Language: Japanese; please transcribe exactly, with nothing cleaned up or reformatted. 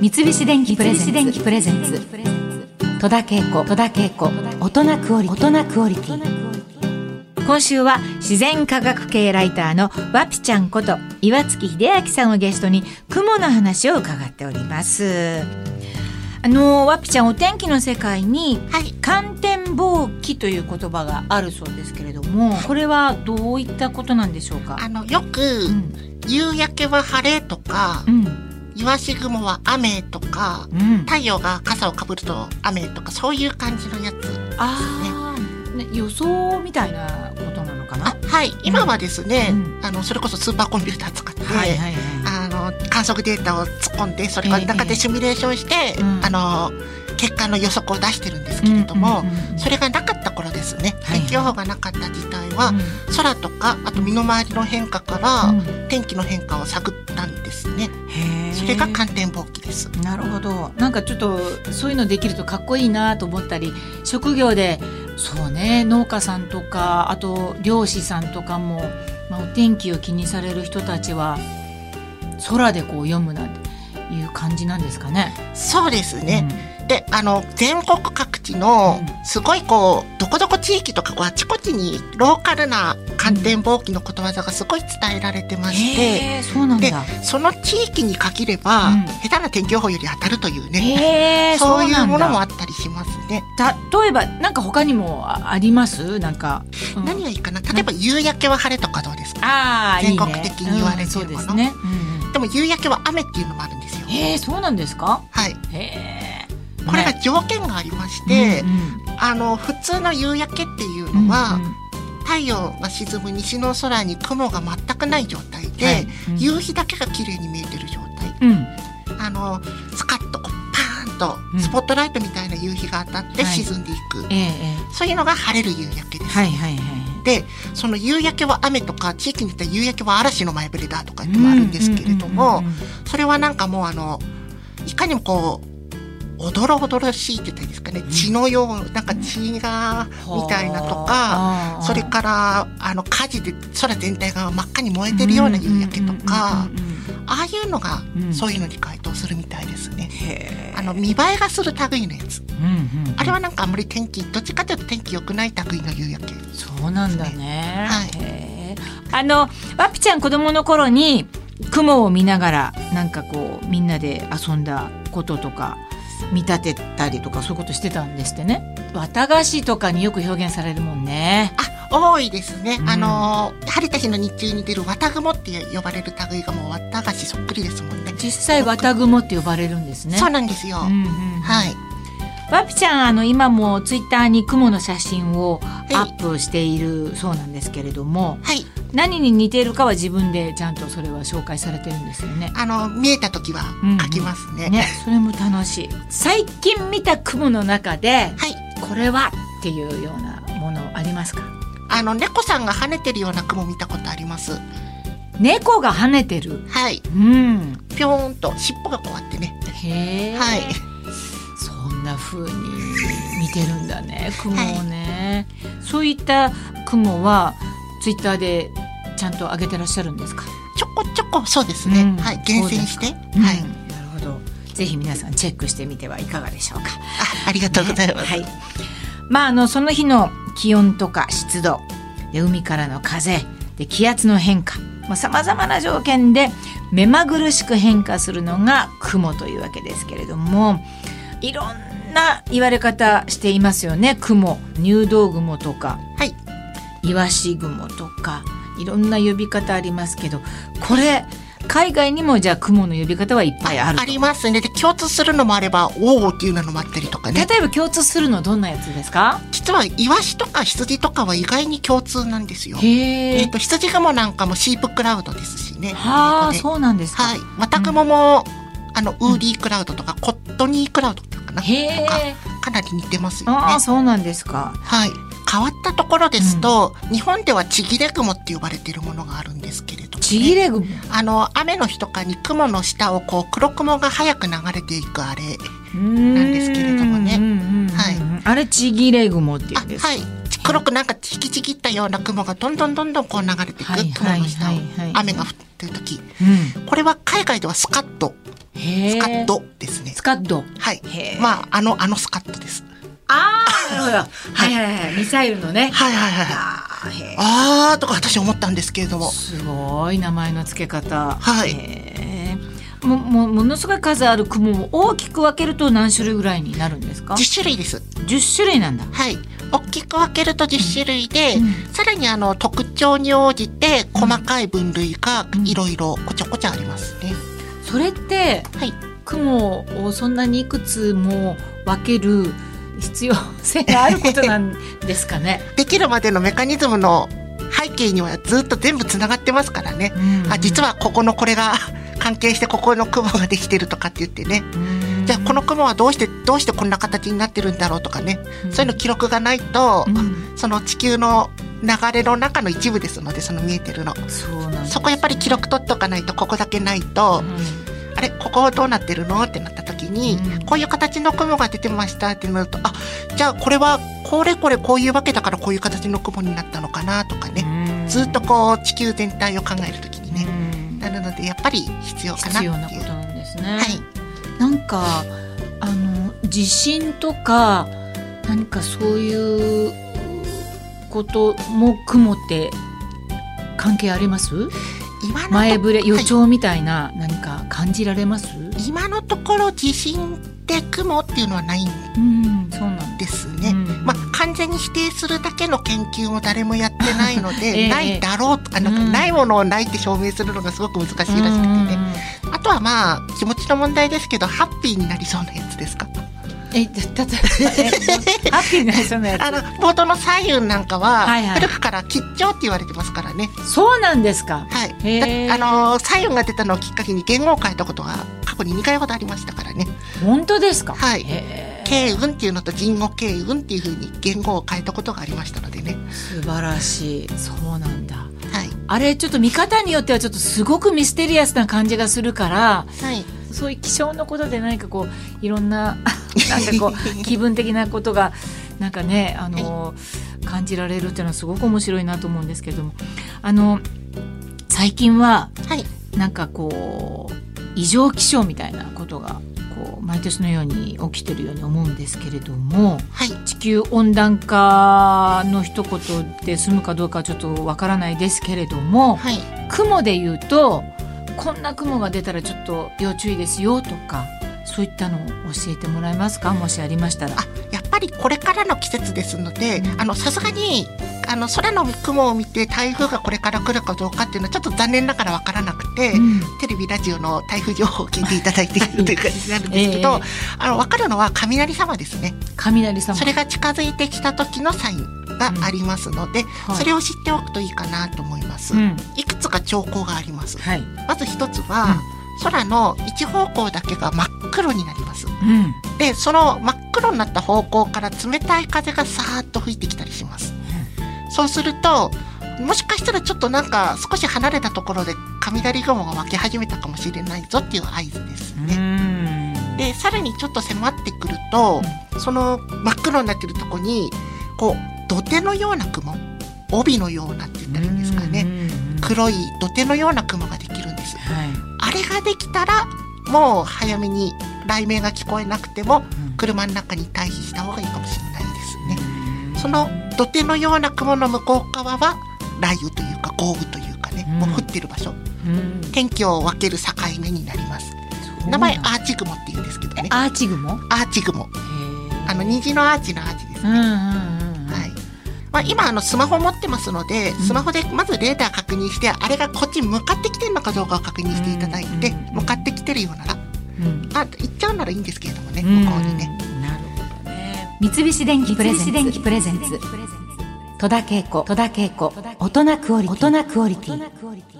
三菱電機プレゼンツ戸田恵子大人クオリティ。今週は自然科学系ライターのわぴちゃんこと岩月秀明さんをゲストに雲の話を伺っております。あのわぴちゃん、お天気の世界に、はい、観天望気という言葉があるそうですけれども、これはどういったことなんでしょうか？ あのよく、うん、夕焼けは晴れとか、うん、イワシ雲は雨とか、うん、太陽が傘をかぶると雨とか、そういう感じのやつですね。 あ、ね、予想みたいなことなのかな？ あ、はい、今はですね、うん、あのそれこそスーパーコンピューター使って、はいはいはい、あの観測データを突っ込んで、それの中でシミュレーションして、えー、あの結果の予測を出してるんですけれども、うんうんうん、それがなかった頃ですね、はいはい、天気予報がなかった時代は、うん、空とかあと身の回りの変化から、うん、天気の変化を探ったんですね。へー、それが観天望気です。 なるほど。なんかちょっとそういうのできるとかっこいいなと思ったり、職業でそうね、農家さんとかあと漁師さんとかも、まあ、お天気を気にされる人たちは空でこう読むなんていう感じなんですかね？ そうですね、うん、であの全国各地のすごいこうどこどこ地域とかこうあちこちにローカルな観天望気のことわざがすごい伝えられてまして、 うん、そうなんだ。 でその地域に限れば、うん、下手な天気予報より当たるというね、そういうものもあったりしますね。 例えばなんか他にもあります？なんか、 うん、何がいいかな。例えば夕焼けは晴れとかどうですか？あ、全国的に言われてるもの、うん、そうですね、うん、でも夕焼けは雨っていうのもあるんですよ。 へー、そうなんですか？ はい。 へー、 これが条件がありまして、うんうん、あの普通の夕焼けっていうのは、うんうん、太陽が沈む西の空に雲が全くない状態で、はい、うん、夕日だけが綺麗に見えてる状態、うん、あのスカッとこうパーンとスポットライトみたいな夕日が当たって沈んでいく、はい、そういうのが晴れる夕焼けです、はいはいはい、でその夕焼けは雨とか、地域によっては夕焼けは嵐の前触れだとかってもあるんですけれども、それはなんかもうあのいかにもこうおどろおどろしいって言ったらいいですかね、血のようなんか血がみたいなとか、それからあの火事で空全体が真っ赤に燃えてるような夕焼けとか、ああいうのがそういうのに該当するみたいですね。あの見栄えがする類のやつ、あれはなんかあんまり天気どっちかというと天気良くない類の夕焼け、 そうなんだね、 はい、 へー。あのわぴちゃん子供の頃に雲を見ながらなんかこうみんなで遊んだこととか見立てたりとか、そういうことしてたんですってね。綿菓子とかによく表現されるもんね。 あ、多いですね、うん、あの晴れた日の日中に出る綿雲って呼ばれる類がもう綿菓子そっくりですもんね。 実際綿雲って呼ばれるんですね。 そうなんですよ、うんうんうん、はい。 わぴちゃん、あの今もツイッターに雲の写真をアップしているそうなんですけれども、はい、何に似ているかは自分でちゃんとそれは紹介されてるんですよね。 あの見えた時は書きますね、うんうん、 ね、それも楽しい。最近見た雲の中で、はい、これはっていうようなものありますか？ あの猫さんが跳ねてるような雲見たことあります。 猫が跳ねてる？ はい、うん、ぴょーんと尻尾がこうやってね。 へー、はい、そんな風に見てるんだね、雲をね、はい、そういった雲はツイッターでちゃんと上げてらっしゃるんですか？ ちょこちょこ、そうですね、うん、はい、厳選して、うん、はい、 なるほど。ぜひ皆さんチェックしてみてはいかがでしょうか。 あ、ありがとうございます、ね、はい。 まあ、あのその日の気温とか湿度で、海からの風で気圧の変化、さまざまな条件で目まぐるしく変化するのが雲というわけですけれども、いろんな言われ方していますよね。雲、入道雲とか、はい、イワシ雲とか、いろんな呼び方ありますけど、これ海外にもじゃあ雲の呼び方はいっぱいあると。 あ, ありますね。で共通するのもあれば、おーっていうのもあったりとかね。 例えば共通するのどんなやつですか？ 実はイワシとか羊とかは意外に共通なんですよ。へー、えー、と羊雲なんかもシープクラウドですしね。 はあ、そうなんですか。 はい、綿雲も、うん、あのウーリークラウドとか、うん、コットニークラウドっていうかな、へとかかなり似てますよね。 ああ、そうなんですか。 はい。変わったところですと、うん、日本ではちぎれ雲って呼ばれているものがあるんですけれども、ね、 ちぎれ雲、 あの雨の日とかに雲の下をこう黒雲が早く流れていくあれなんですけれどもね、はい、 あれちぎれ雲っていうんですか？ はい、黒くなんか引きちぎったような雲がどんどんどんどんこう流れていく、はい、雲の下を、はいはいはい、雨が降ってる時、うん、これは海外ではスカッドスカッドですね。 スカッド。 はい。 へーまあ、あの、あのスカッドです。 ああ、なるほど。はいはいはい。ミサイルのね。 はいはいはい。 あーへーあーとか私思ったんですけれども。 すごい名前の付け方。 はいへーももものすごい数ある雲を大きく分けると何種類ぐらいになるんですか？ じゅっしゅるいです。 じゅっしゅるいなんだ。 はい。大きく分けるとじゅっしゅるいで、 うんさらにあの特徴に応じて細かい分類がうんいろいろこちょこちょありますね。 それってはい。 雲をそんなにいくつも分ける必要性があることなんですかね。 できるまでのメカニズムの背景にはずっと全部つながってますからね。 うんあ、実はここのこれが関係してここの雲ができてるとかって言ってね。 うんじゃあこの雲はどうしてどうしてこんな形になってるんだろうとかね。 うんそういうの記録がないと、 うんその地球の流れの中の一部ですので、その見えてるの。 そうなんですねそこやっぱり記録取っとかないと、ここだけないと、 うんあれここどうなってるのってなった時に、 うんこういう形の雲が出てましたってなると、あ、じゃあこれはこれこれこういうわけだからこういう形の雲になったのかなとかね、 うんずっとこう地球全体を考える時にね、 うんなるのでやっぱり必要かなっていう。 必要なことなんですね。 はい。 なんかあの地震とか何かそういうことも雲って関係あります？ 今のと前触れ予はい兆みたいな何か感じられます？ 今のところ地震って雲っていうのはないんうん、そうなんでですね。 うんまあ完全に否定するだけの研究も誰もやってないので、 ええないだろうとか、なんかうんないものをないって証明するのがすごく難しいらしくてね。あとはまあ気持ちの問題ですけど、ハッピーになりそうなやつですか。 え、たとえハッピーになりそうなやつ。 あの冒頭の左右なんかは、 はいはい古くから吉兆って言われてますからね。 そうなんですか。 はい。 へーだあの左右が出たのをきっかけに言語を変えたことが過去ににかいほどありましたからね。 本当ですか。 はいへー慶運っていうのと人語慶運っていう風に言語を変えたことがありましたのでね。 素晴らしい。そうなんだ。 はい。 あれちょっと見方によってはちょっとすごくミステリアスな感じがするから、 はい。 そういう気象のことで何かこういろんななんかこう気分的なことがなんかねあの感じられるっていうのはすごく面白いなと思うんですけれども、あの最近ははい。 なんかこう異常気象みたいなことがこう毎年のように起きてるように思うんですけれども、 はい。 地球温暖化の一言で済むかどうかはちょっとわからないですけれども、 はい。 雲で言うとこんな雲が出たらちょっと要注意ですよとかそういったのを教えてもらえますか、もしありましたら。 あ、やっぱりこれからの季節ですので、 うんあのさすがにあの空の雲を見て台風がこれから来るかどうかっていうのはちょっと残念ながらわからなくて、 うんテレビラジオの台風情報を聞いていただいているという感じになるんですけど、 ええあのわかるのは雷様ですね。 雷様。 それが近づいてきた時のサインがありますので、 はいそれを知っておくといいかなと思います。 うんいくつか兆候があります。 はい。 まず一つは、空の一方向だけが真っ黒になります。 うんで、その真っ黒になった方向から冷たい風がさーっと吹いてきたりします。そうすると、もしかしたらちょっとなんか少し離れたところで雷雲が湧き始めたかもしれないぞっていう合図ですうね。 んで、さらにちょっと迫ってくると、その真っ黒になってるとこに、こう、土手のような雲、帯のようなって言ったらいいんですかね。 うん黒い土手のような雲ができるんです。 はい。 あれができたら、もう早めに雷鳴が聞こえなくても、 うん車の中に退避した方がいいかもしれないですね。 うんその土手のような雲の向こう側は雷雨というか豪雨というかね、 うんもう降ってる場所、 うん天気を分ける境目になります。 そう名前なんだアーチ雲って言うんですけどね。 アーチ雲。 アーチ雲。 へーあの虹のアーチのアーチですね。 うんうんうんうん。 はい。まあ、今あのスマホ持ってますので、 んスマホでまずレーダー確認して、あれがこっちに向かってきてるのかどうかを確認していただいて、 うん向かってきてるようなら、 うんあ、行っちゃうならいいんですけれどもね、 うん向こうにね。 なるほどね。 三菱電機プレゼンツ戸田恵子大人クオリティ